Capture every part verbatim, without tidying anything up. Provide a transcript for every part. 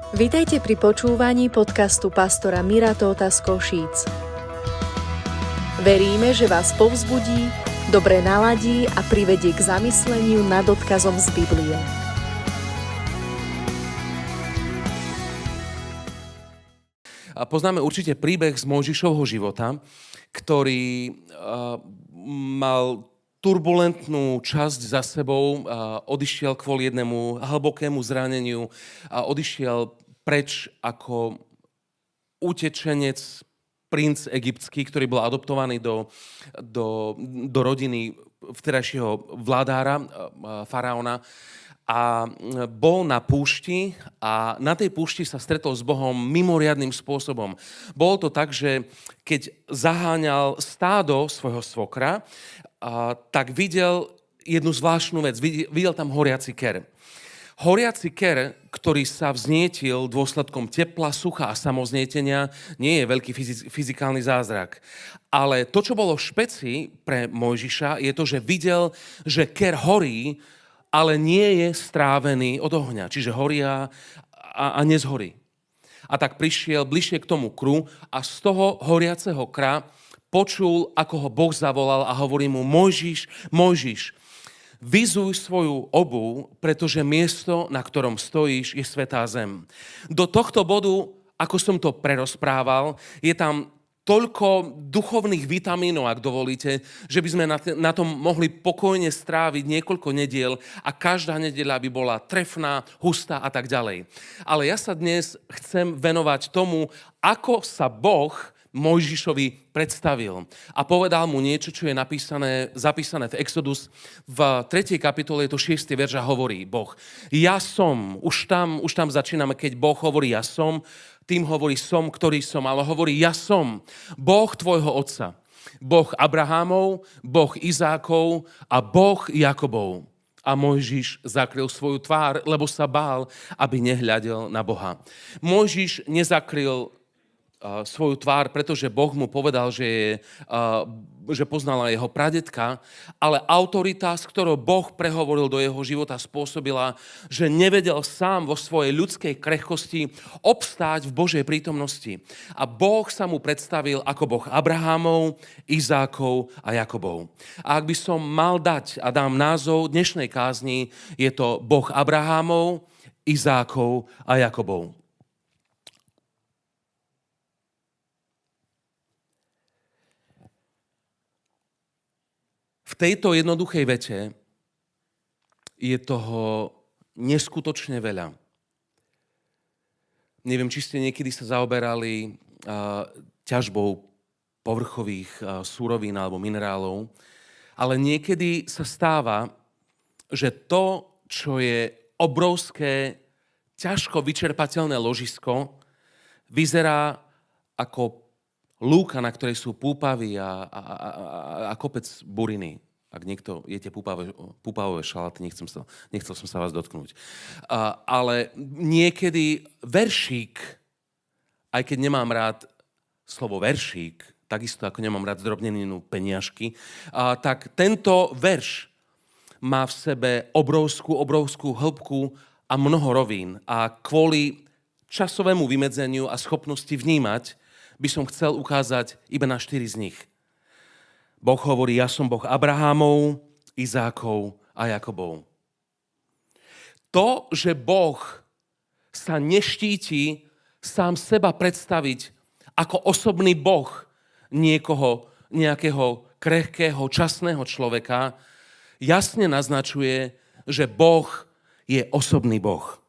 Vitajte pri počúvaní podcastu pastora Mira Tóta z Košíc. Veríme, že vás povzbudí, dobre naladí a privedie k zamysleniu nad odkazom z Biblie. A poznáme určite príbeh z Mojžišovho života, ktorý uh, mal turbulentnú časť za sebou, uh, odišiel kvôli jednému hlbokému zraneniu a odišiel preč ako utečenec, princ egyptský, ktorý bol adoptovaný do, do, do rodiny vtedajšieho vládára, uh, faraóna. A bol na púšti a na tej púšti sa stretol s Bohom mimoriadnym spôsobom. Bolo to tak, že keď zaháňal stádo svojho svokra, a, tak videl jednu zvláštnu vec. Videl, videl tam horiaci ker. Horiaci ker, ktorý sa vznietil dôsledkom tepla, sucha a samoznietenia, nie je veľký fyzikálny zázrak. Ale to, čo bolo špeci pre Mojžiša, je to, že videl, že ker horí, ale nie je strávený od ohňa. Čiže horí a, a, a nezhorí. A tak prišiel bližšie k tomu kru a z toho horiaceho kra počul, ako ho Boh zavolal a hovorí mu: Mojžiš, Mojžiš, vyzuj svoju obuv, pretože miesto, na ktorom stojíš, je svätá zem. Do tohto bodu, ako som to prerozprával, je tam toľko duchovných vitamínov, ak dovolíte, že by sme na, t- na tom mohli pokojne stráviť niekoľko nediel a každá nedeľa by bola trefná, hustá a tak ďalej. Ale ja sa dnes chcem venovať tomu, ako sa Boh Mojžišovi predstavil a povedal mu niečo, čo je napísané, zapísané v Exodus v tretej kapitole, je to šiesty verš a hovorí Boh: Ja som, už tam, už tam začíname, keď Boh hovorí ja som, tým hovorí som, ktorý som, ale hovorí ja som, Boh tvojho otca, Boh Abrahámov, Boh Izákov a Boh Jakobov. A Mojžiš zakryl svoju tvár, lebo sa bál, aby nehľadel na Boha. Mojžiš nezakryl Uh, svoju tvár, pretože Boh mu povedal, že, je, uh, že poznala jeho pradetka, ale autorita, s ktorou Boh prehovoril do jeho života, spôsobila, že nevedel sám vo svojej ľudskej krehkosti obstáť v Božej prítomnosti. A Boh sa mu predstavil ako Boh Abrahámov, Izákov a Jakobov. A ak by som mal dať a dám názov dnešnej kázni, je to Boh Abrahámov, Izákov a Jakobov. V tejto jednoduchej vete je toho neskutočne veľa. Neviem, či ste niekedy sa zaoberali uh, ťažbou povrchových uh, surovín alebo minerálov, ale niekedy sa stáva, že to, čo je obrovské, ťažko vyčerpateľné ložisko, vyzerá ako lúka, na ktorej sú púpavy a, a, a, a kopec buriny. Ak niekto jete púpavé, púpavové šaláty, nechcem sa, nechcel som sa vás dotknúť. A, ale niekedy veršík, aj keď nemám rád slovo veršík, takisto ako nemám rád zdrobneninu peniažky, a, tak tento verš má v sebe obrovskú, obrovskú hĺbku a mnoho rovín. A kvôli časovému vymedzeniu a schopnosti vnímať by som chcel ukázať iba na štyri z nich. Boh hovorí, ja som Boh Abrahámov, Izákov a Jakobov. To, že Boh sa neštíti sám seba predstaviť ako osobný Boh niekoho, nejakého krehkého, časného človeka, jasne naznačuje, že Boh je osobný Boh.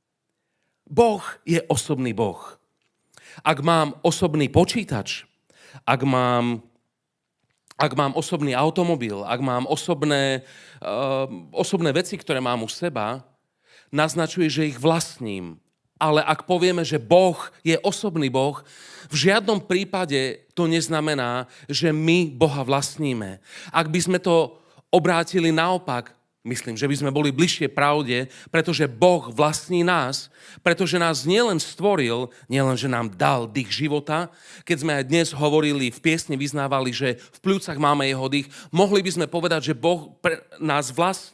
Boh je osobný Boh. Ak mám osobný počítač, ak mám, ak mám osobný automobil, ak mám osobné, uh, osobné veci, ktoré mám u seba, naznačuje, že ich vlastním. Ale ak povieme, že Boh je osobný Boh, v žiadnom prípade to neznamená, že my Boha vlastníme. Ak by sme to obrátili naopak, myslím, že by sme boli bližšie pravde, pretože Boh vlastní nás, pretože nás nielen stvoril, nielen, že nám dal dých života. Keď sme aj dnes hovorili, v piesni vyznávali, že v pľúcach máme jeho dých, mohli by sme povedať, že Boh pre nás vlastní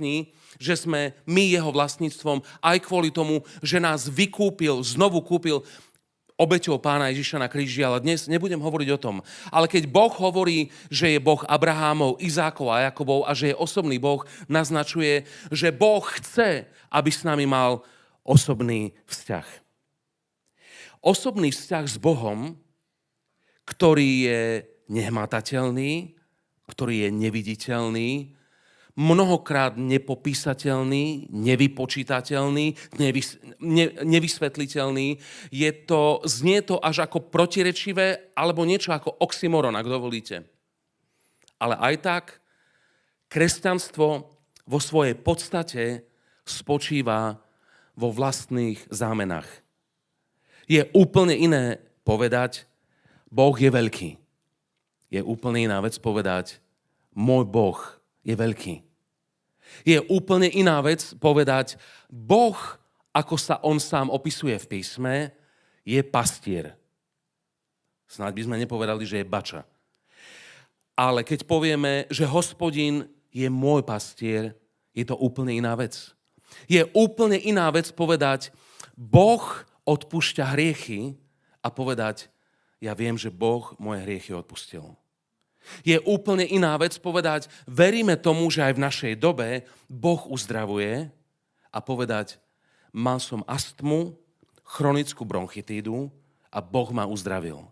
že sme my jeho vlastníctvom, aj kvôli tomu, že nás vykúpil, znovu kúpil obeťou Pána Ježiša na kríži, ale dnes nebudem hovoriť o tom. Ale keď Boh hovorí, že je Boh Abrahámov, Izákov a Jakobov a že je osobný Boh, naznačuje, že Boh chce, aby s nami mal osobný vzťah. Osobný vzťah s Bohom, ktorý je nehmatateľný, ktorý je neviditeľný, mnohokrát nepopísateľný, nevypočítateľný, nevys- ne- nevysvetliteľný. Je to, znie to až ako protirečivé, alebo niečo ako oxymoron, ak dovolíte. Ale aj tak, kresťanstvo vo svojej podstate spočíva vo vlastných zámenách. Je úplne iné povedať, Boh je veľký. Je úplne iná vec povedať, môj Boh je veľký. Je úplne iná vec povedať, Boh, ako sa on sám opisuje v písme, je pastier. Snáď by sme nepovedali, že je bača. Ale keď povieme, že Hospodin je môj pastier, je to úplne iná vec. Je úplne iná vec povedať, Boh odpúšťa hriechy a povedať, ja viem, že Boh moje hriechy odpustil. Je úplne iná vec povedať, veríme tomu, že aj v našej dobe Boh uzdravuje a povedať, mal som astmu, chronickú bronchitídu a Boh ma uzdravil.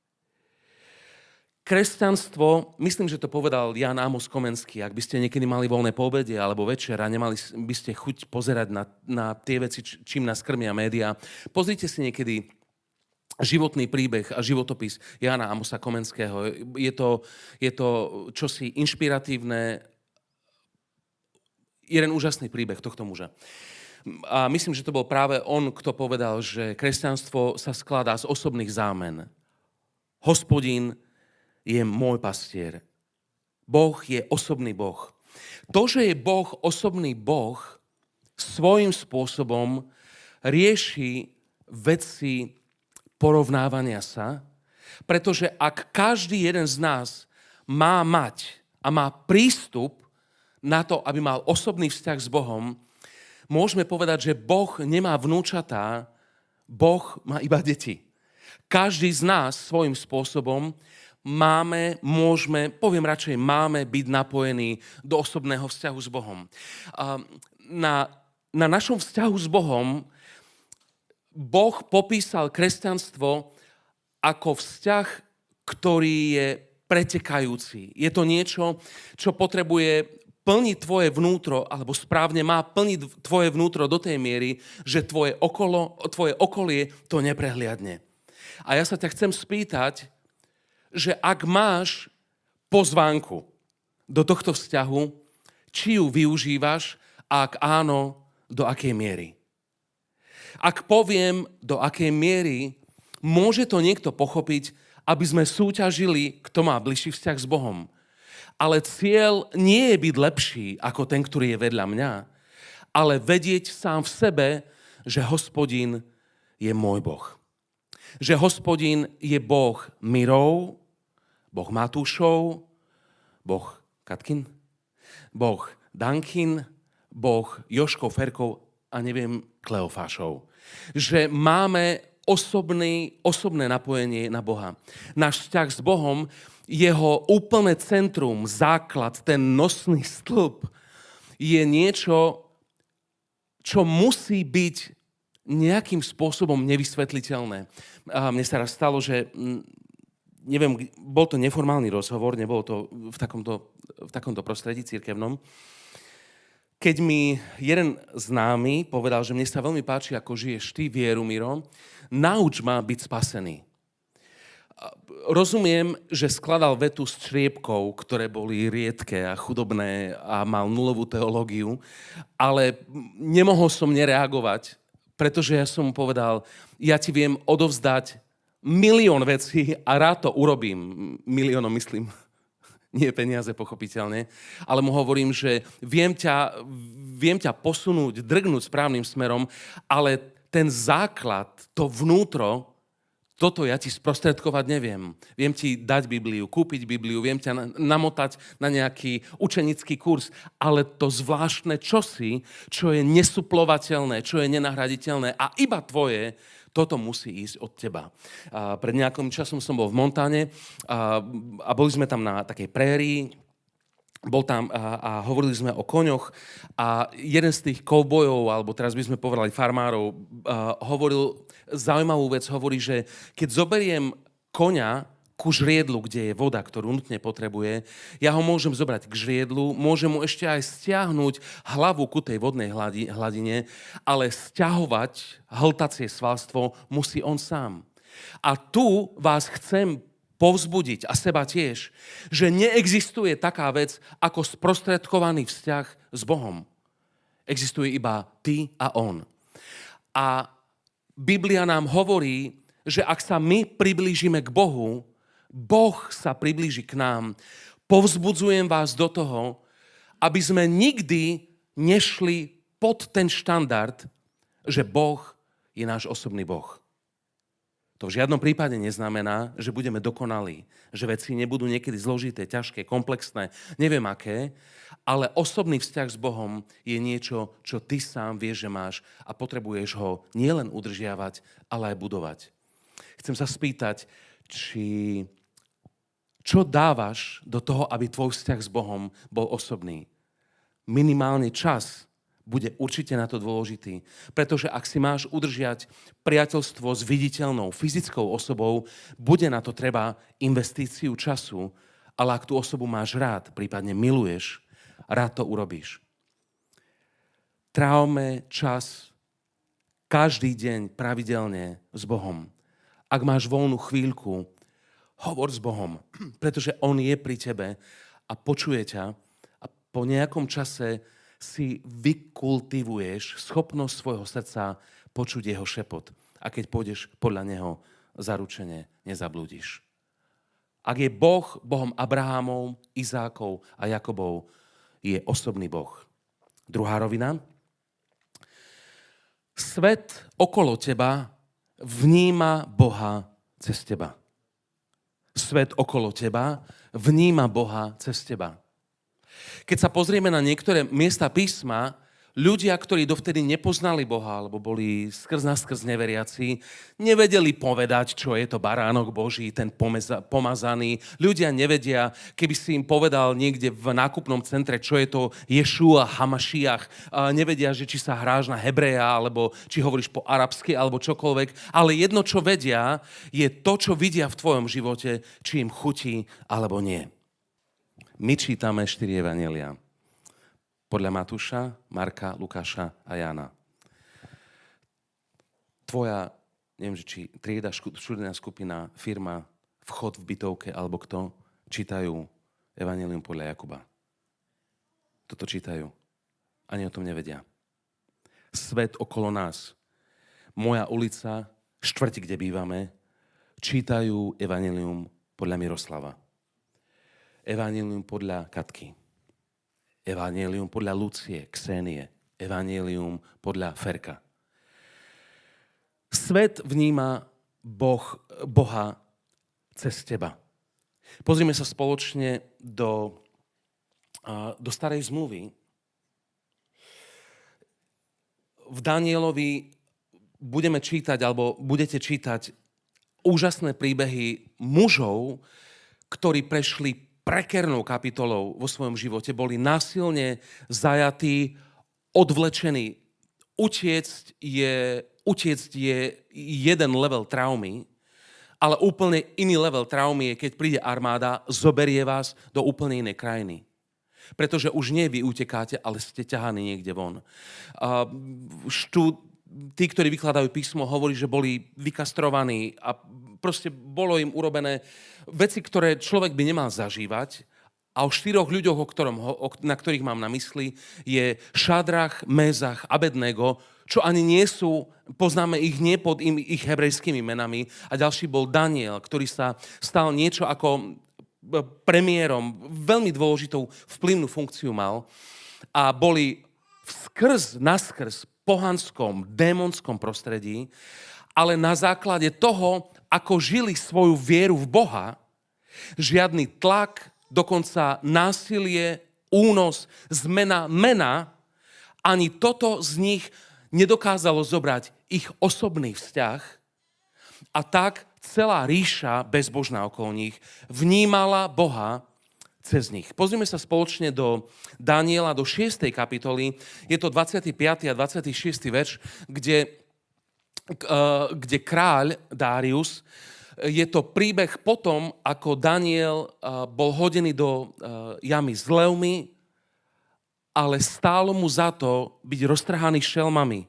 Kresťanstvo, myslím, že to povedal Ján Amos Komenský, ak by ste niekedy mali voľné po obede alebo večer a nemali by ste chuť pozerať na, na tie veci, čím nás krmia médiá, pozrite si niekedy životný príbeh a životopis Jána Amosa Komenského. Je to, je to čosi inšpiratívne, jeden úžasný príbeh tohto muža. A myslím, že to bol práve on, kto povedal, že kresťanstvo sa skladá z osobných zámen. Hospodin je môj pastier. Boh je osobný Boh. To, že je Boh osobný Boh, svojím spôsobom rieši veci porovnávania sa, pretože ak každý jeden z nás má mať a má prístup na to, aby mal osobný vzťah s Bohom, môžeme povedať, že Boh nemá vnúčatá, Boh má iba deti. Každý z nás svojím spôsobom máme, môžeme, poviem radšej, máme byť napojení do osobného vzťahu s Bohom. Na, na našom vzťahu s Bohom Boh popísal kresťanstvo ako vzťah, ktorý je pretekajúci. Je to niečo, čo potrebuje plniť tvoje vnútro, alebo správne má plniť tvoje vnútro do tej miery, že tvoje, okolo, tvoje okolie to neprehliadne. A ja sa ťa chcem spýtať, že ak máš pozvánku do tohto vzťahu, či ju využívaš a ak áno, do akej miery. Ak poviem, do akej miery, môže to niekto pochopiť, aby sme súťažili, kto má bližší vzťah s Bohom. Ale cieľ nie je byť lepší ako ten, ktorý je vedľa mňa, ale vedieť sám v sebe, že Hospodin je môj Boh. Že Hospodin je Boh Mirov, Boh Matúšov, Boh Katkin, Boh Dankin, Boh Joškov Ferkov a neviem, Kleofášov. Že máme osobný, osobné napojenie na Boha. Náš vzťah s Bohom, jeho úplné centrum, základ, ten nosný stĺp je niečo, čo musí byť nejakým spôsobom nevysvetliteľné. A mne sa raz stalo, že neviem, bol to neformálny rozhovor, nebolo to v takomto, v takomto prostredí cirkevnom, keď mi jeden známy povedal, že mne sa veľmi páči, ako žiješ ty vieru, Miro, nauč ma byť spasený. Rozumiem, že skladal vetu s čriepkou, ktoré boli riedke a chudobné a mal nulovú teológiu, ale nemohol som nereagovať, pretože ja som mu povedal, ja ti viem odovzdať milión vecí a rád to urobím. Miliónom myslím. Nie peniaze, pochopiteľne, ale mu hovorím, že viem ťa, viem ťa posunúť, drgnúť správnym smerom, ale ten základ, to vnútro, toto ja ti sprostredkovať neviem. Viem ti dať Bibliu, kúpiť Bibliu, viem ťa namotať na nejaký učenický kurz, ale to zvláštne čosi, čo je nesuplovateľné, čo je nenahraditeľné a iba tvoje, toto musí ísť od teba. A pred nejakým časom som bol v Montane a, a boli sme tam na takej prérii, bol tam a, a hovorili sme o koňoch a jeden z tých kovbojov, alebo teraz by sme povedali farmárov, a, hovoril zaujímavú vec, hovorí, že keď zoberiem koňa ku žriedlu, kde je voda, ktorú nutne potrebuje, ja ho môžem zobrať k žriedlu, môžem mu ešte aj stiahnuť hlavu ku tej vodnej hladine, ale stiahovať hltacie svalstvo musí on sám. A tu vás chcem povzbudiť a seba tiež, že neexistuje taká vec ako sprostredkovaný vzťah s Bohom. Existuje iba ty a on. A Biblia nám hovorí, že ak sa my priblížime k Bohu, Boh sa priblíži k nám. Povzbudzujem vás do toho, aby sme nikdy nešli pod ten štandard, že Boh je náš osobný Boh. To v žiadnom prípade neznamená, že budeme dokonalí, že veci nebudú niekedy zložité, ťažké, komplexné, neviem aké, ale osobný vzťah s Bohom je niečo, čo ty sám vieš, že máš a potrebuješ ho nielen udržiavať, ale aj budovať. Chcem sa spýtať, či čo dávaš do toho, aby tvoj vzťah s Bohom bol osobný? Minimálne čas bude určite na to dôležitý. Pretože ak si máš udržiať priateľstvo s viditeľnou fyzickou osobou, bude na to treba investíciu času, ale ak tú osobu máš rád, prípadne miluješ, rád to urobíš. Trávme čas každý deň pravidelne s Bohom. Ak máš voľnú chvíľku, hovor s Bohom, pretože on je pri tebe a počuje ťa a po nejakom čase si vykultivuješ schopnosť svojho srdca počuť jeho šepot. A keď pôjdeš podľa neho, zaručene nezablúdiš. Ak je Boh Bohom Abrahámov, Izákov a Jakobov, je osobný Boh. Druhá rovina. Svet okolo teba vníma Boha cez teba. Svet okolo teba vníma Boha cez teba. Keď sa pozrieme na niektoré miesta písma, ľudia, ktorí dovtedy nepoznali Boha, alebo boli skrz naskrz neveriaci, nevedeli povedať, čo je to baránok Boží, ten pomazaný. Ľudia nevedia, keby si im povedal niekde v nákupnom centre, čo je to Ješua Hamašiach. Nevedia, že či sa hráš na Hebreja, alebo či hovoríš po arabsky, alebo čokoľvek. Ale jedno, čo vedia, je to, čo vidia v tvojom živote, či im chutí, alebo nie. My čítame štyri evanjelia. Podľa Matúša, Marka, Lukáša a Jána. Tvoja, neviem, či trieda, študijná skupina, firma, vchod v bytovke alebo kto, čítajú evanjelium podľa Jakuba. Toto čítajú. Ani o tom nevedia. Svet okolo nás, moja ulica, štvrť, kde bývame, čítajú evanjelium podľa Miroslava. Evanjelium podľa Katky. Evanjelium podľa Lucie, Ksenie. Evanjelium podľa Ferka. Svet vníma boh, Boha cez teba. Pozrime sa spoločne do, do starej zmluvy. V Danielovi budeme čítať, alebo budete čítať úžasné príbehy mužov, ktorí prešli prekernou kapitolou vo svojom živote, boli násilne zajatí, odvlečení. Utiecť je, utiecť je jeden level traumy, ale úplne iný level traumy je, keď príde armáda, zoberie vás do úplne inej krajiny. Pretože už nie vy utekáte, ale ste ťahaní niekde von. Uh, štú, tí, ktorí vykladajú písmo, hovorí, že boli vykastrovaní a proste bolo im urobené veci, ktoré človek by nemal zažívať. A o štyroch ľuďoch, o ktorom, o, na ktorých mám na mysli, je Šadrach, Mézach, Abednego, čo ani nie sú, poznáme ich nie pod im, ich hebrejskými menami. A ďalší bol Daniel, ktorý sa stal niečo ako premiérom, veľmi dôležitou vplyvnú funkciu mal. A boli skrz, naskrz pohanskom, démonskom prostredí, ale na základe toho ako žili svoju vieru v Boha, žiadny tlak, dokonca násilie, únos, zmena mena, ani toto z nich nedokázalo zobrať ich osobný vzťah. A tak celá ríša bezbožná okolo nich vnímala Boha cez nich. Pozrime sa spoločne do Daniela, do šiestej kapitoly. Je to dvadsiaty piaty a dvadsiaty šiesty verš, kde, kde kráľ Dárius, je to príbeh potom, ako Daniel bol hodený do jamy s levmi, ale stálo mu za to byť roztrhaný šelmami,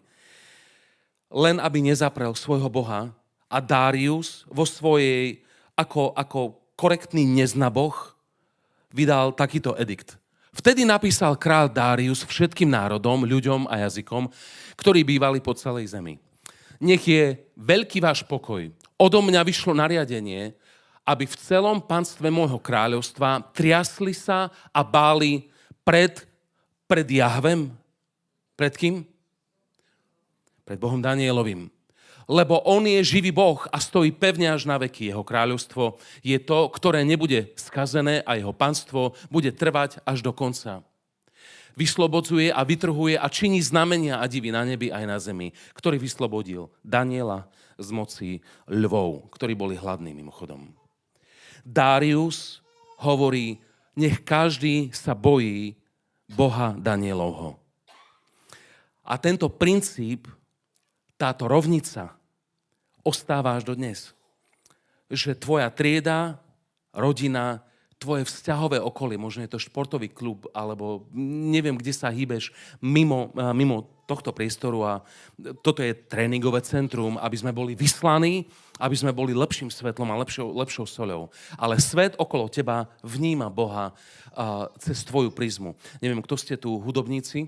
len aby nezaprel svojho Boha. A Dárius vo svojej, ako, ako korektný neznaboch, vydal takýto edikt. Vtedy napísal kráľ Dárius všetkým národom, ľuďom a jazykom, ktorí bývali po celej zemi. Nech je veľký váš pokoj. Odo mňa vyšlo nariadenie, aby v celom panstve môjho kráľovstva triasli sa a báli pred, pred Jahvem. Pred kým? Pred Bohom Danielovým. Lebo on je živý Boh a stojí pevne až na veky. Jeho kráľovstvo je to, ktoré nebude skazené a jeho panstvo bude trvať až do konca. Vyslobodzuje a vytrhuje a činí znamenia a divy na nebi aj na zemi, ktorý vyslobodil Daniela z moci ľvov, ktorí boli hladní mimochodom. Dárius hovorí, nech každý sa bojí Boha Danielovho. A tento princíp, táto rovnica ostáva až do dnes. Že tvoja trieda, rodina, tvoje vzťahové okolie, možno je to športový klub, alebo neviem, kde sa hýbeš mimo, mimo tohto priestoru a toto je tréningové centrum, aby sme boli vyslaní, aby sme boli lepším svetlom a lepšou, lepšou soľou. Ale svet okolo teba vníma Boha uh, cez tvoju prizmu. Neviem, kto ste tu hudobníci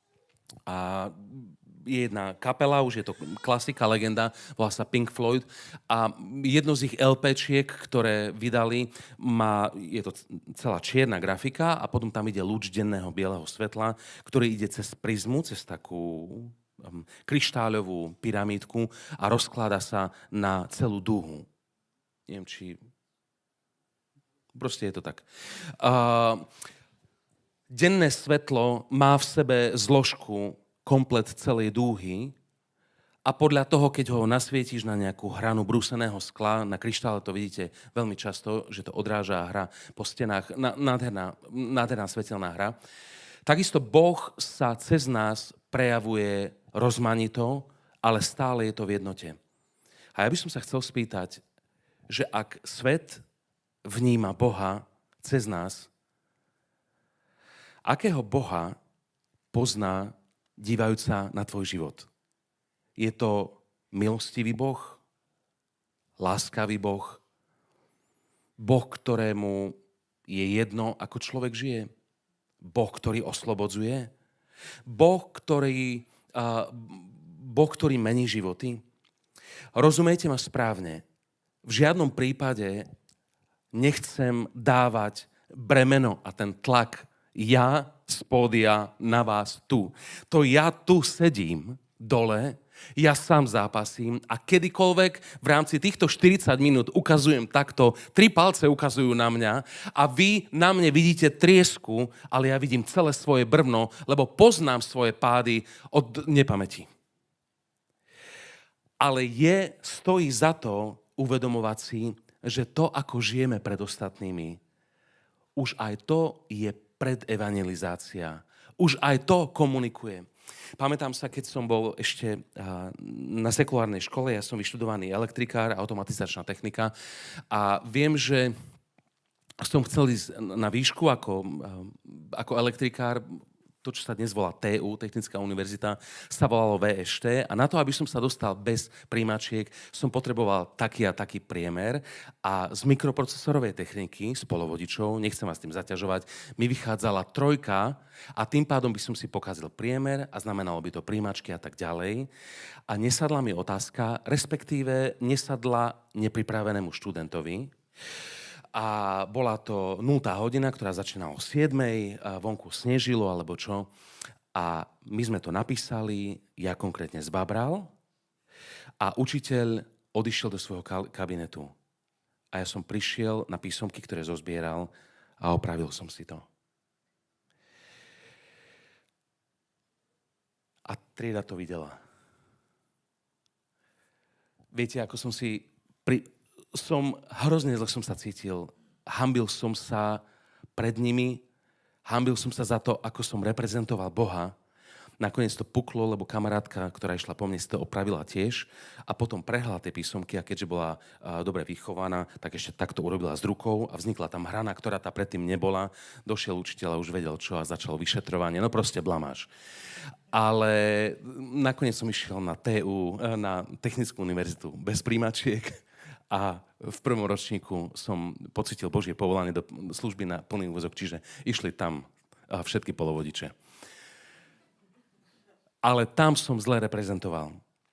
a je jedna kapela, už je to klasika, legenda, volá sa Pink Floyd a jedno z ich LPčiek, ktoré vydali, má, je to celá čierna grafika a potom tam ide lúč denného bieleho svetla, ktorý ide cez prizmu, cez takú um, kryštáľovú pyramídku a rozkláda sa na celú dúhu. Neviem, či... Proste je to tak. Uh, denné svetlo má v sebe zložku komplet celej dúhy a podľa toho, keď ho nasvietiš na nejakú hranu brúseného skla, na kryštále to vidíte veľmi často, že to odráža a hra po stenách, nádherná, nádherná svetelná hra. Takisto Boh sa cez nás prejavuje rozmanito, ale stále je to v jednote. A ja by som sa chcel spýtať, že ak svet vníma Boha cez nás, akého Boha pozná dívajúca na tvoj život? Je to milostivý Boh? Láskavý Boh? Boh, ktorému je jedno, ako človek žije? Boh, ktorý oslobodzuje? Boh, ktorý, uh, boh, ktorý mení životy? Rozumiete ma správne. V žiadnom prípade nechcem dávať bremeno a ten tlak ja z pódia na vás tu. To ja tu sedím dole, ja sám zápasím a kedykoľvek v rámci týchto štyridsať minút ukazujem takto, tri palce ukazujú na mňa a vy na mne vidíte triesku, ale ja vidím celé svoje brvno, lebo poznám svoje pády od nepamäti. Ale je, stojí za to uvedomovať si, že to, ako žijeme pred ostatnými, už aj to je predevangelizácia. Už aj to komunikuje. Pamätám sa, keď som bol ešte na sekulárnej škole, ja som vyštudovaný elektrikár, automatizačná technika a viem, že som chcel ísť na výšku ako, ako elektrikár. To, čo sa dnes volá té ú, Technická univerzita, sa volalo vé eš té a na to, aby som sa dostal bez príjmačiek, som potreboval taký a taký priemer a z mikroprocesorovej techniky, z polovodičov, nechcem vás tým zaťažovať, mi vychádzala trojka a tým pádom by som si pokazil priemer a znamenalo by to príjmačky a tak ďalej. A nesadla mi otázka, respektíve nesadla nepripravenému študentovi. A bola to nultá hodina, ktorá začínala o siedmej, vonku snežilo alebo čo. A my sme to napísali, ja konkrétne zbabral a učiteľ odišiel do svojho kabinetu. A ja som prišiel na písomky, ktoré zozbieral a opravil som si to. A trieda to videla. Viete, ako som si... Pri... Som hrozne zle som sa cítil. Hanbil som sa pred nimi. Hanbil som sa za to, ako som reprezentoval Boha. Nakoniec to puklo, lebo kamarátka, ktorá išla po mne, si to opravila tiež. A potom prehľala tie písomky a keďže bola uh, dobre vychovaná, tak ešte takto urobila s rukou a vznikla tam hrana, ktorá tá predtým nebola. Došiel učiteľ a už vedel čo a začal vyšetrovanie. No proste blamáš. Ale nakoniec som išiel na té ú, na Technickú univerzitu bez príjmačiek a v prvom ročníku som pocitil Božie povolanie do služby na plný úväzok, čiže išli tam všetky polovodiče. Ale tam som zle reprezentoval.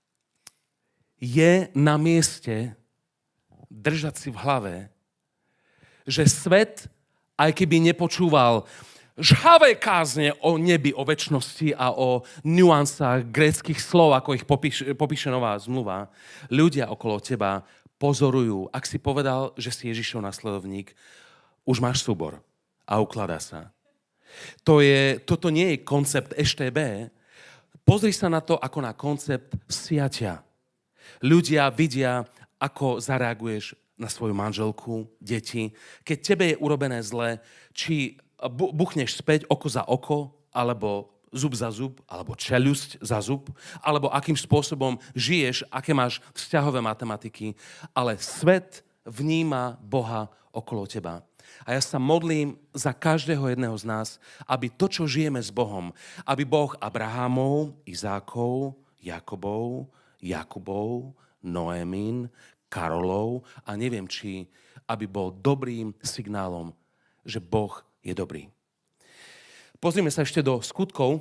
Je na mieste držať si v hlave, že svet, aj keby nepočúval žhavé kázne o nebi, o večnosti a o nuansách gréckych slov, ako ich popíše, popíše Nová zmluva, ľudia okolo teba pozorujú. Ak si povedal, že si Ježišov nasledovník, už máš súbor a ukladá sa. To je, toto nie je koncept eš té bé. Pozri sa na to ako na koncept siatia. Ľudia vidia, ako zareaguješ na svoju manželku, deti. Keď tebe je urobené zle, či buchneš späť oko za oko, alebo zub za zub, alebo čeľusť za zub, alebo akým spôsobom žiješ, aké máš vzťahové matematiky, ale svet vníma Boha okolo teba. A ja sa modlím za každého jedného z nás, aby to, čo žijeme s Bohom, aby Boh Abrahamov, Izákov, Jakobov, Jakubov, Noémin, Karolov a neviem či, aby bol dobrým signálom, že Boh je dobrý. Pozrime sa ešte do skutkov.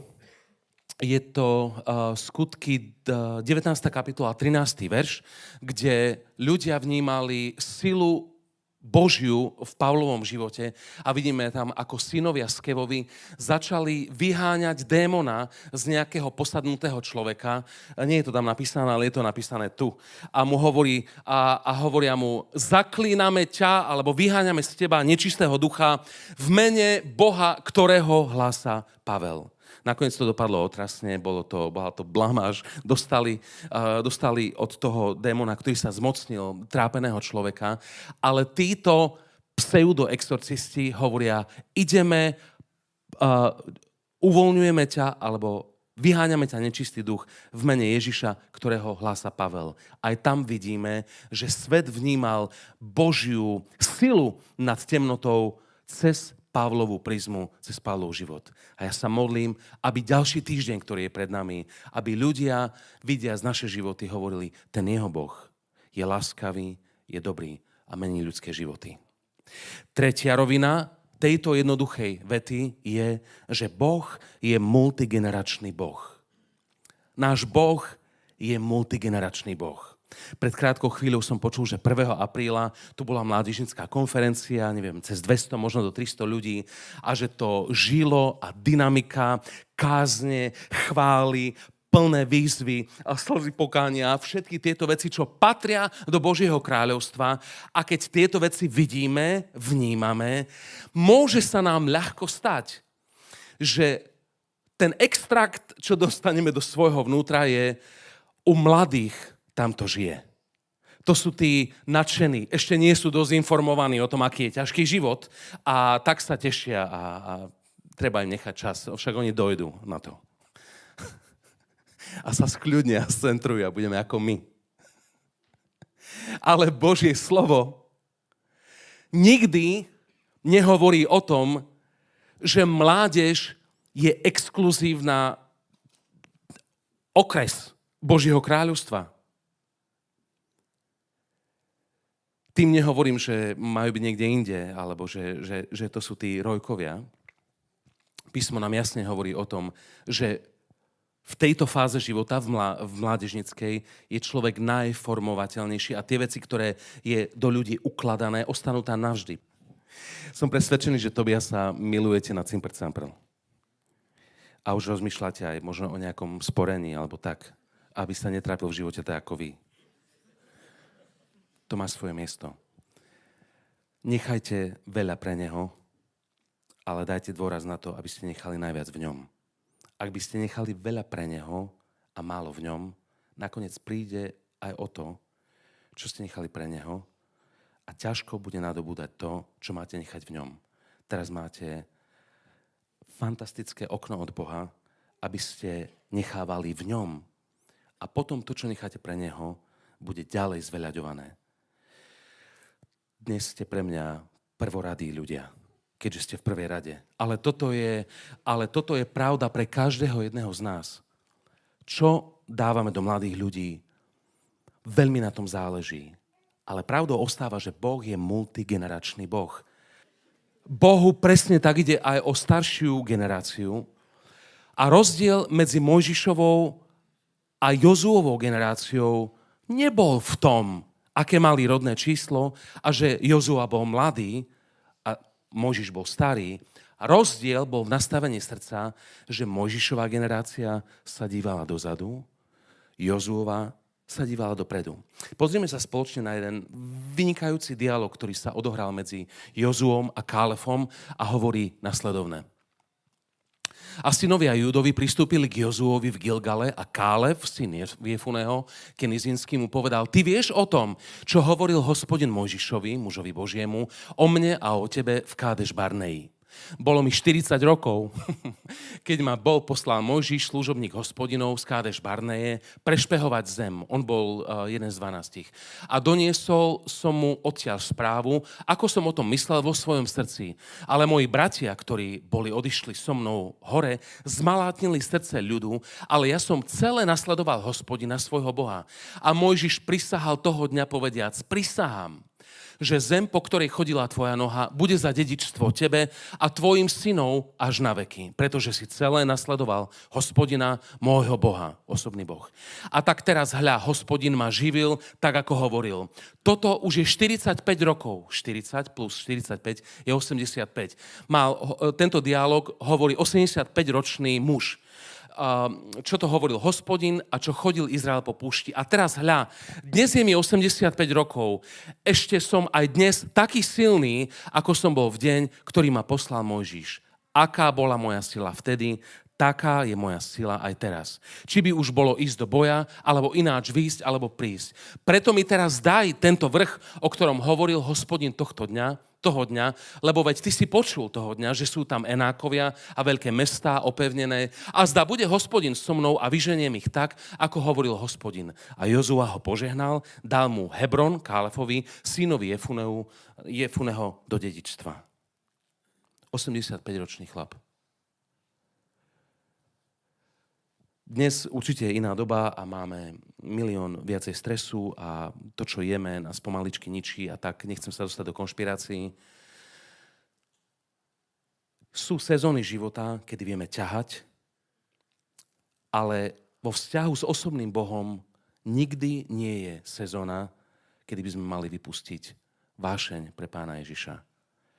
Je to uh, skutky uh, devätnásta kapitola, trinásty verš, kde ľudia vnímali silu Božiu v Pavlovom živote a vidíme tam, ako synovia Skevovi začali vyháňať démona z nejakého posadnutého človeka. Nie je to tam napísané, ale je to napísané tu. A mu hovorí, a, a hovoria mu, zaklíname ťa, alebo vyháňame z teba nečistého ducha v mene Boha, ktorého hlása Pavel. Nakoniec to dopadlo otrasne, bolo to, bola to blamáž. Dostali, uh, dostali od toho démona, ktorý sa zmocnil trápeného človeka. Ale títo pseudoexorcisti hovoria, ideme, uh, uvoľňujeme ťa, alebo vyháňame ťa nečistý duch v mene Ježiša, ktorého hlása Pavel. Aj tam vidíme, že svet vnímal Božiu silu nad temnotou cez Pavlovú prizmu, cez Pavlov život. A ja sa modlím, aby ďalší týždeň, ktorý je pred nami, aby ľudia, vidia z naše životy, hovorili, ten jeho Boh je láskavý, je dobrý a mení ľudské životy. Tretia rovina tejto jednoduchej vety je, že Boh je multigeneračný Boh. Náš Boh je multigeneračný Boh. Pred krátkou chvíľou som počul, že prvého apríla tu bola mládežnická konferencia, neviem, cez dvesto, možno do tristo ľudí a že to žilo a dynamika, kázne, chvály, plné výzvy a slzy pokánia, všetky tieto veci, čo patria do Božieho kráľovstva. A keď tieto veci vidíme, vnímame, môže sa nám ľahko stať, že ten extrakt, čo dostaneme do svojho vnútra, je u mladých tam to žije. To sú tí nadšení, ešte nie sú dosť informovaní o tom, aký je ťažký život a tak sa tešia a, a treba im nechať čas, však oni dojdú na to. A sa skľudnia, scentrujú a budeme ako my. Ale Božie slovo nikdy nehovorí o tom, že mládež je exkluzívna okres Božieho kráľovstva. Tým nehovorím, že majú byť niekde inde, alebo že, že, že to sú tí rojkovia. Písmo nám jasne hovorí o tom, že v tejto fáze života, v, mlá, v mládežnickej, je človek najformovateľnejší a tie veci, ktoré je do ľudí ukladané, ostanú tam navždy. Som presvedčený, že tobia sa milujete na cimpr-campr. A už rozmýšľate aj možno o nejakom sporení, alebo tak, aby sa netrápil v živote tak ako vy. to má svoje miesto. Nechajte veľa pre neho, ale dajte dôraz na to, aby ste nechali najviac v ňom. Ak by ste nechali veľa pre neho a málo v ňom, nakoniec príde aj o to, čo ste nechali pre neho a ťažko bude nadobúdať to, čo máte nechať v ňom. Teraz máte fantastické okno od Boha, aby ste nechávali v ňom a potom to, čo necháte pre neho, bude ďalej zveľaďované. Dnes ste pre mňa prvoradí ľudia, keďže ste v prvej rade. Ale toto je, ale toto je pravda pre každého jedného z nás. Čo dávame do mladých ľudí, veľmi na tom záleží. Ale pravdou ostáva, že Boh je multigeneračný Boh. Bohu presne tak ide aj o staršiu generáciu. A rozdiel medzi Mojžišovou a Jozuovou generáciou nebol v tom, aké mali rodné číslo a že Jozua bol mladý a Mojžiš bol starý. A rozdiel bol v nastavení srdca, že Mojžišová generácia sa dívala dozadu, Jozuova sa dívala dopredu. Pozrieme sa spoločne na jeden vynikajúci dialog, ktorý sa odohral medzi Jozuom a Kálefom a hovorí nasledovné. A synovia Júdovi pristúpili k Jozuovi v Gilgale a Kálef, syn Jefuného, Kenizinský, mu povedal: Ty vieš o tom, čo hovoril Hospodin Mojžišovi, mužovi Božiemu, o mne a o tebe v Kádeš Barneji. Bolo mi štyridsať rokov, keď ma bol poslal Mojžiš, služobník Hospodinov z Kádeš Barneje, prešpehovať zem. On bol uh, jeden z dvanástich. A doniesol som mu odtiaľ správu, ako som o tom myslel vo svojom srdci. Ale moji bratia, ktorí boli odišli so mnou hore, zmalátnili srdce ľudu, ale ja som celé nasledoval Hospodina svojho Boha. A Mojžiš prisahal toho dňa povediac: Prisahám, že zem, po ktorej chodila tvoja noha, bude za dedičstvo tebe a tvojim synov až na veky, pretože si celé nasledoval Hospodina, môjho Boha, osobný Boh. A tak teraz, hľa, Hospodin ma živil, tak ako hovoril. Toto už je štyridsaťpäť rokov. štyridsať plus štyridsaťpäť je osemdesiatpäť. Mal, tento dialog hovorí osemdesiatpäťročný muž. Čo to hovoril Hospodin a čo chodil Izrael po púšti. A teraz hľa, dnes je mi osemdesiatpäť rokov, ešte som aj dnes taký silný, ako som bol v deň, ktorý ma poslal Mojžiš. Aká bola moja sila vtedy, taká je moja sila aj teraz. Či by už bolo ísť do boja, alebo ináč výjsť, alebo prísť. Preto mi teraz daj tento vrch, o ktorom hovoril Hospodin tohto dňa, toho dňa, lebo veď ty si počul toho dňa, že sú tam Enákovia a veľké mestá opevnené a zdá bude Hospodin so mnou a vyženiem ich tak, ako hovoril Hospodin. A Jozua ho požehnal, dal mu Hebron, Kálefovi, synovi Jefuneu, Jefuneho do dedičstva. osemdesiatpäťročný chlap. Dnes určite je iná doba a máme milión viacej stresu a to, čo jeme, nás pomaličky ničí a tak nechcem sa dostať do konšpirácií. Sú sezóny života, kedy vieme ťahať, ale vo vzťahu s osobným Bohom nikdy nie je sezóna, kedy by sme mali vypustiť vášeň pre Pána Ježiša.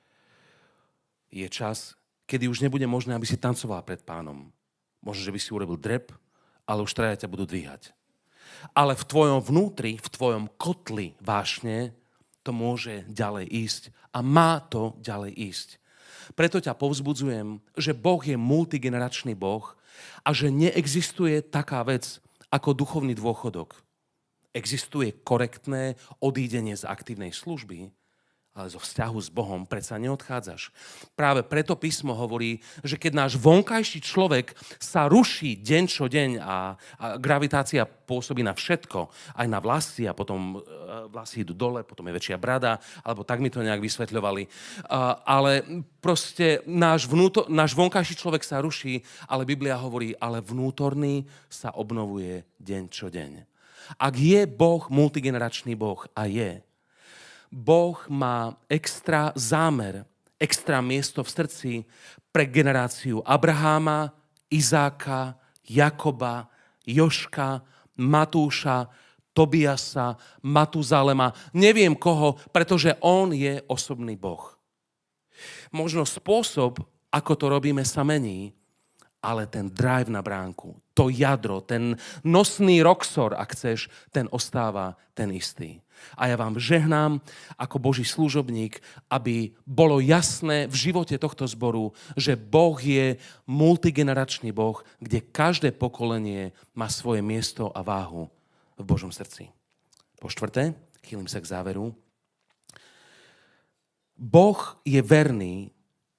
Je čas, kedy už nebude možné, aby si tancoval pred Pánom. Možno, že by si urobil drep, ale už traja ťa budú dvíhať. Ale v tvojom vnútri, v tvojom kotli vášne to môže ďalej ísť a má to ďalej ísť. Preto ťa povzbudzujem, že Boh je multigeneračný Boh a že neexistuje taká vec ako duchovný dôchodok. Existuje korektné odídenie z aktívnej služby, ale zo vzťahu s Bohom predsa neodchádzaš. Práve preto písmo hovorí, že keď náš vonkajší človek sa ruší deň čo deň a, a gravitácia pôsobí na všetko, aj na vlasy a potom vlasy idú dole, potom je väčšia brada, alebo tak mi to nejak vysvetľovali. Uh, ale proste náš, vnútor, náš vonkajší človek sa ruší, ale Biblia hovorí, ale vnútorný sa obnovuje deň čo deň. Ak je Boh multigeneračný Boh a je, Boh má extra zámer, extra miesto v srdci pre generáciu Abraháma, Izáka, Jakoba, Joška, Matúša, Tobiasa, Matuzalema, neviem koho, pretože on je osobný Boh. Možno spôsob, ako to robíme, sa mení, ale ten drive na bránku, to jadro, ten nosný roxor, ak chceš, ten ostáva ten istý. A ja vám žehnám ako Boží služobník, aby bolo jasné v živote tohto zboru, že Boh je multigeneračný Boh, kde každé pokolenie má svoje miesto a váhu v Božom srdci. Po štvrté, chýlim sa k záveru, Boh je verný,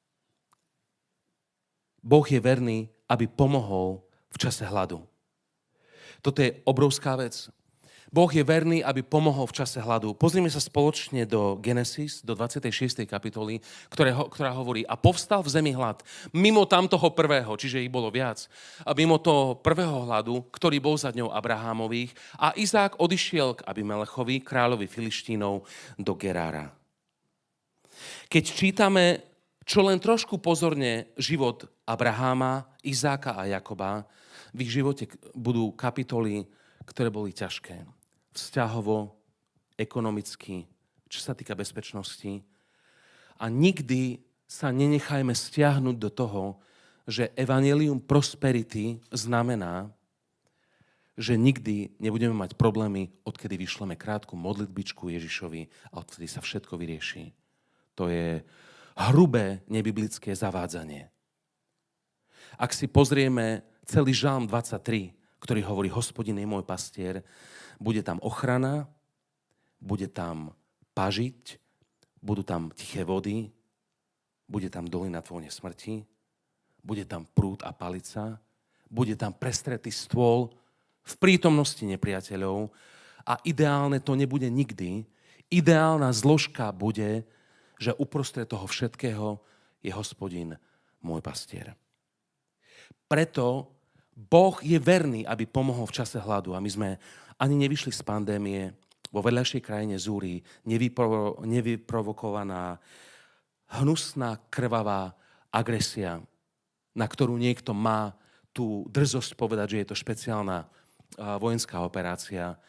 Boh je verný, aby pomohol v čase hladu. Toto je obrovská vec. Boh je verný, aby pomohol v čase hladu. Pozrime sa spoločne do Genesis, do dvadsiatej šiestej kapitoly, ktoré, ktorá hovorí, a povstal v zemi hlad. Mimo tamtoho prvého, čiže ich bolo viac, a mimo toho prvého hladu, ktorý bol za dňou Abrahámových, a Izák odišiel k Abimelechovi, kráľovi Filištínov, do Gerára. Keď čítame, čo len trošku pozorne život Abraháma, Izáka a Jakoba, v ich živote budú kapitoly, ktoré boli ťažké. Vzťahovo, ekonomicky, čo sa týka bezpečnosti. A nikdy sa nenechajme stiahnuť do toho, že evanjelium prosperity znamená, že nikdy nebudeme mať problémy, odkedy vyšleme krátku modlitbičku Ježišovi a odkedy sa všetko vyrieši. To je hrubé nebiblické zavádzanie. Ak si pozrieme celý Žalm dvadsaťtri, ktorý hovorí, Hospodin je môj pastier, bude tam ochrana, bude tam pažiť, budú tam tiché vody, bude tam dolina tvojne smrti, bude tam prúd a palica, bude tam prestretý stôl v prítomnosti nepriateľov a ideálne to nebude nikdy. Ideálna zložka bude, že uprostred toho všetkého je Hospodin môj pastier. Preto Boh je verný, aby pomohol v čase hladu. A my sme ani nevyšli z pandémie, vo vedľajšej krajine zúri nevypro, nevyprovokovaná, hnusná, krvavá agresia, na ktorú niekto má tú drzosť povedať, že je to špeciálna vojenská operácia.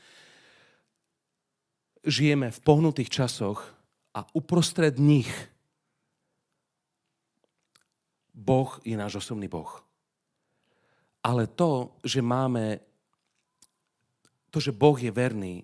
Žijeme v pohnutých časoch a uprostred nich Boh je náš osobný Boh. Ale to, že máme, to, že Boh je verný,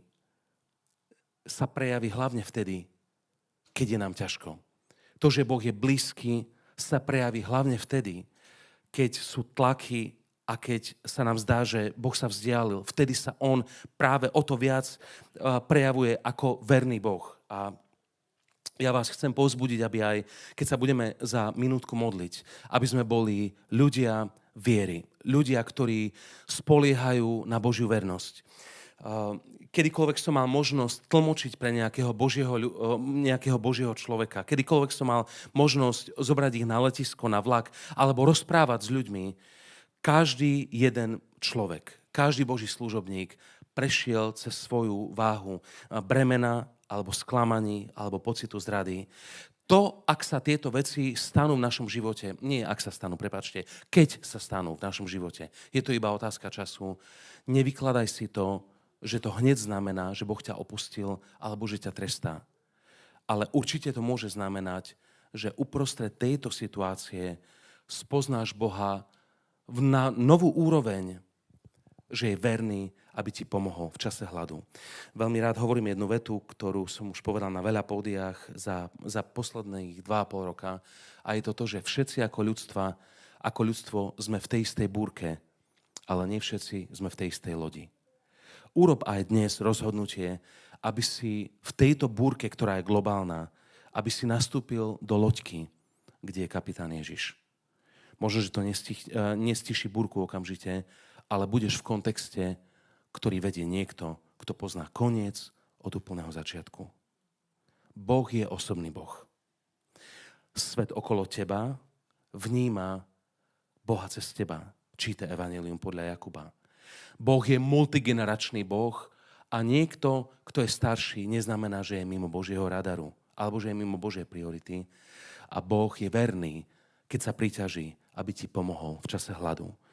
sa prejaví hlavne vtedy, keď je nám ťažko. To, že Boh je blízky, sa prejaví hlavne vtedy, keď sú tlaky a keď sa nám zdá, že Boh sa vzdialil. Vtedy sa on práve o to viac prejavuje ako verný Boh. A ja vás chcem povzbudiť, aby aj keď sa budeme za minútku modliť, aby sme boli ľudia viery. Ľudia, ktorí spoliehajú na Božiu vernosť. Kedykoľvek som mal možnosť tlmočiť pre nejakého Božieho, nejakého Božieho človeka, kedykoľvek som mal možnosť zobrať ich na letisko, na vlak, alebo rozprávať s ľuďmi, každý jeden človek, každý Boží služobník prešiel cez svoju váhu bremena, alebo sklamaní, alebo pocitu zrady. To, ak sa tieto veci stanú v našom živote, nie ak sa stanú, prepáčte, keď sa stanú v našom živote, je to iba otázka času, nevykladaj si to, že to hneď znamená, že Boh ťa opustil, alebo že ťa trestá. Ale určite to môže znamenať, že uprostred tejto situácie spoznáš Boha na novú úroveň, že je verný, aby ti pomohol v čase hladu. Veľmi rád hovorím jednu vetu, ktorú som už povedal na veľa pódiách za, za posledných dva a pol roka. A je to to, že všetci ako ľudstva, ako ľudstvo sme v tej istej búrke, ale nie všetci sme v tej istej lodi. Urob aj dnes rozhodnutie, aby si v tejto búrke, ktorá je globálna, aby si nastúpil do loďky, kde je kapitán Ježiš. Možno, že to nestich, nestiší búrku okamžite, ale budeš v kontexte, ktorý vedie niekto, kto pozná koniec od úplného začiatku. Boh je osobný Boh. Svet okolo teba vníma Boha cez teba. Číta evanjelium podľa Jakuba. Boh je multigeneračný Boh a niekto, kto je starší, neznamená, že je mimo Božieho radaru alebo že je mimo Božej priority. A Boh je verný, keď sa priťaží, aby ti pomohol v čase hladu.